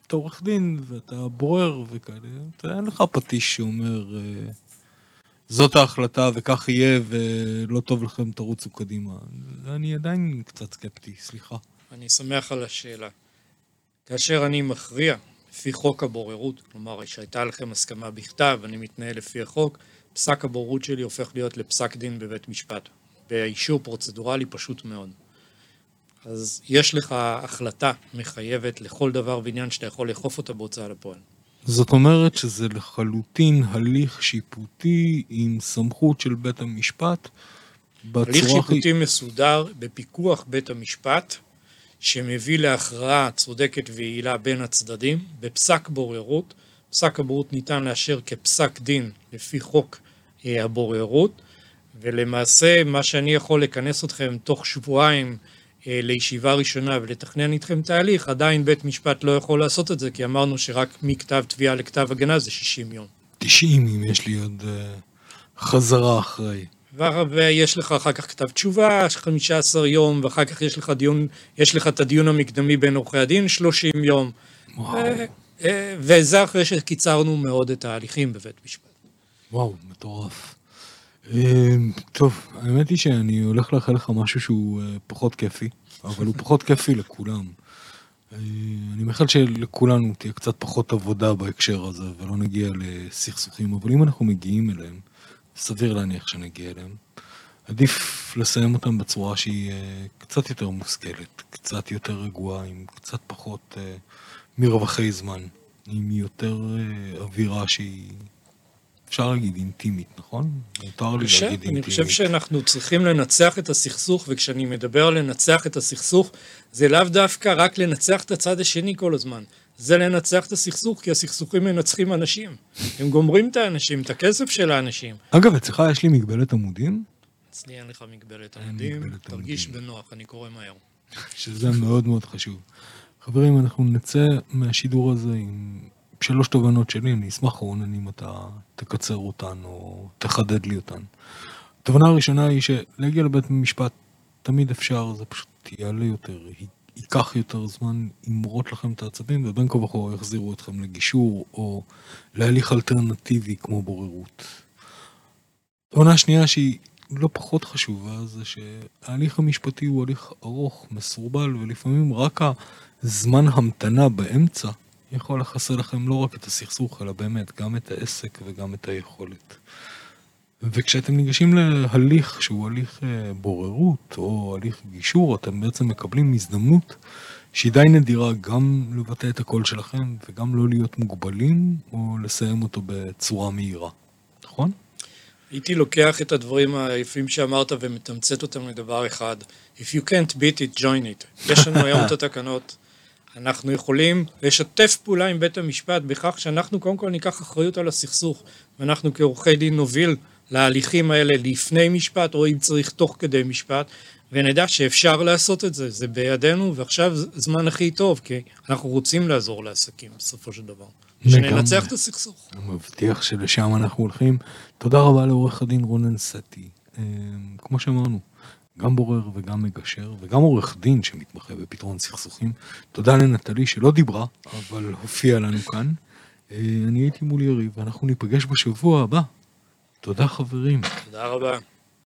אתה עורך דין ואתה בורר וכאלה, אין לך פטיש שאומר, זאת ההחלטה וכך יהיה ולא טוב לכם תרוצו קדימה. אני עדיין קצת סקפטי, סליחה. אני שמח על השאלה. כאשר אני מכריע לפי חוק הבוררות, כלומר שהייתה לכם הסכמה בכתב, אני מתנהל לפי החוק, פסק הבוררות שלי הופך להיות לפסק דין בבית משפט, באישור פרוצדורלי פשוט מאוד. אז יש לך החלטה מחייבת לכל דבר ועניין שאתה יכול לאכוף אותה בהוצאה לפועל. זאת אומרת שזה לחלוטין הליך שיפוטי עם סמכות של בית המשפט, הליך שיפוטי מסודר בפיקוח בית המשפט, שמביא להכרעה צודקת ויעילה בין הצדדים, בפסק בוררות. פסק הבוררות ניתן לאשר כפסק דין לפי חוק הבוררות, ולמעשה מה שאני יכול לכנס אתכם תוך שבועיים לישיבה ראשונה ולתכנן איתכם תהליך, עדיין בית משפט לא יכול לעשות את זה, כי אמרנו שרק מכתב תביעה לכתב הגנה זה 60 יום. 90 אם יש לי עוד חזרה אחרי. ויש לך אחר כך כתב תשובה, 15 יום, ואחר כך יש לך את הדיון המקדמי בין עורכי הדין, 30 יום. וזה אחרי שקיצרנו מאוד את ההליכים בבית משפט. וואו, מטורף. טוב, האמת היא שאני הולך לאחל לך משהו שהוא פחות כיפי, אבל הוא פחות כיפי לכולם. אני מאחל שלכולנו תהיה קצת פחות עבודה בהקשר הזה, ולא נגיע לסכסוכים, אבל אם אנחנו מגיעים אליהם, סביר להניח שנגיע אליהם, עדיף לסיים אותם בצורה שהיא קצת יותר מושכלת, קצת יותר רגועה, עם קצת פחות מרווחי זמן, עם יותר אווירה שהיא, אפשר להגיד אינטימית, נכון? מותר לי להגיד אינטימית. אני חושב שאנחנו צריכים לנצח את הסכסוך, וכשאני מדבר על לנצח את הסכסוך, זה לאו דווקא רק לנצח את הצד השני כל הזמן. זה לנצח את הסכסוך, כי הסכסוכים מנצחים אנשים. הם גומרים את האנשים, את הכסף של האנשים. אגב, אצלך יש לי מגבלת עמודים? אצלי אין לך מגבלת עמודים, תרגיש בנוח, אני קורא מהר. שזה מאוד מאוד חשוב. חברים, אנחנו נצא מהשידור הזה עם 3 תובנות שלי, אני אשמח רונן אם אתה תקצר אותן או תחדד לי אותן. התובנה הראשונה היא שלהגיע לבית משפט תמיד אפשר, זה פשוט יעלה יותר, ייקח יותר זמן, ימרות לכם את העצבים, ובין כה וכה יחזירו אתכם לגישור או להליך אלטרנטיבי כמו בוררות. התובנה השנייה שהיא לא פחות חשובה, זה שההליך המשפטי הוא הליך ארוך, מסורבל, ולפעמים רק הזמן המתנה באמצע יכול לחסר לכם לא רק את הסכסוך, אלא באמת גם את העסק וגם את היכולת. וכשאתם ניגשים להליך שהוא הליך בוררות או הליך גישור, אתם בעצם מקבלים הזדמנות שהיא די נדירה גם לבטא את הקול שלכם וגם לא להיות מוגבלים או לסיים אותו בצורה מהירה. נכון? הייתי לוקח את הדברים היפים שאמרת ומתמצת אותם לדבר אחד. If you can't beat it, join it. יש לנו היום את התקנות. אנחנו יכולים לשתף פעולה עם בית המשפט בכך שאנחנו קודם כל ניקח אחריות על הסכסוך, ואנחנו כעורכי דין נוביל להליכים האלה לפני משפט, או אם צריך תוך כדי משפט, ונדע שאפשר לעשות את זה, זה בידינו, ועכשיו זמן הכי טוב, כי אנחנו רוצים לעזור לעסקים בסופו של דבר. שננצח את הסכסוך. אני מבטיח שלשם אנחנו הולכים. תודה רבה לעורך הדין רונן סטי. כמו שאמרנו, גם בורר וגם מגשר, וגם עורך דין שמתמחה בפתרון סכסוכים. תודה לנטלי שלא דיברה, אבל הופיע לנו כאן. אני הייתי מול יריב, ואנחנו ניפגש בשבוע הבא. תודה חברים. תודה רבה.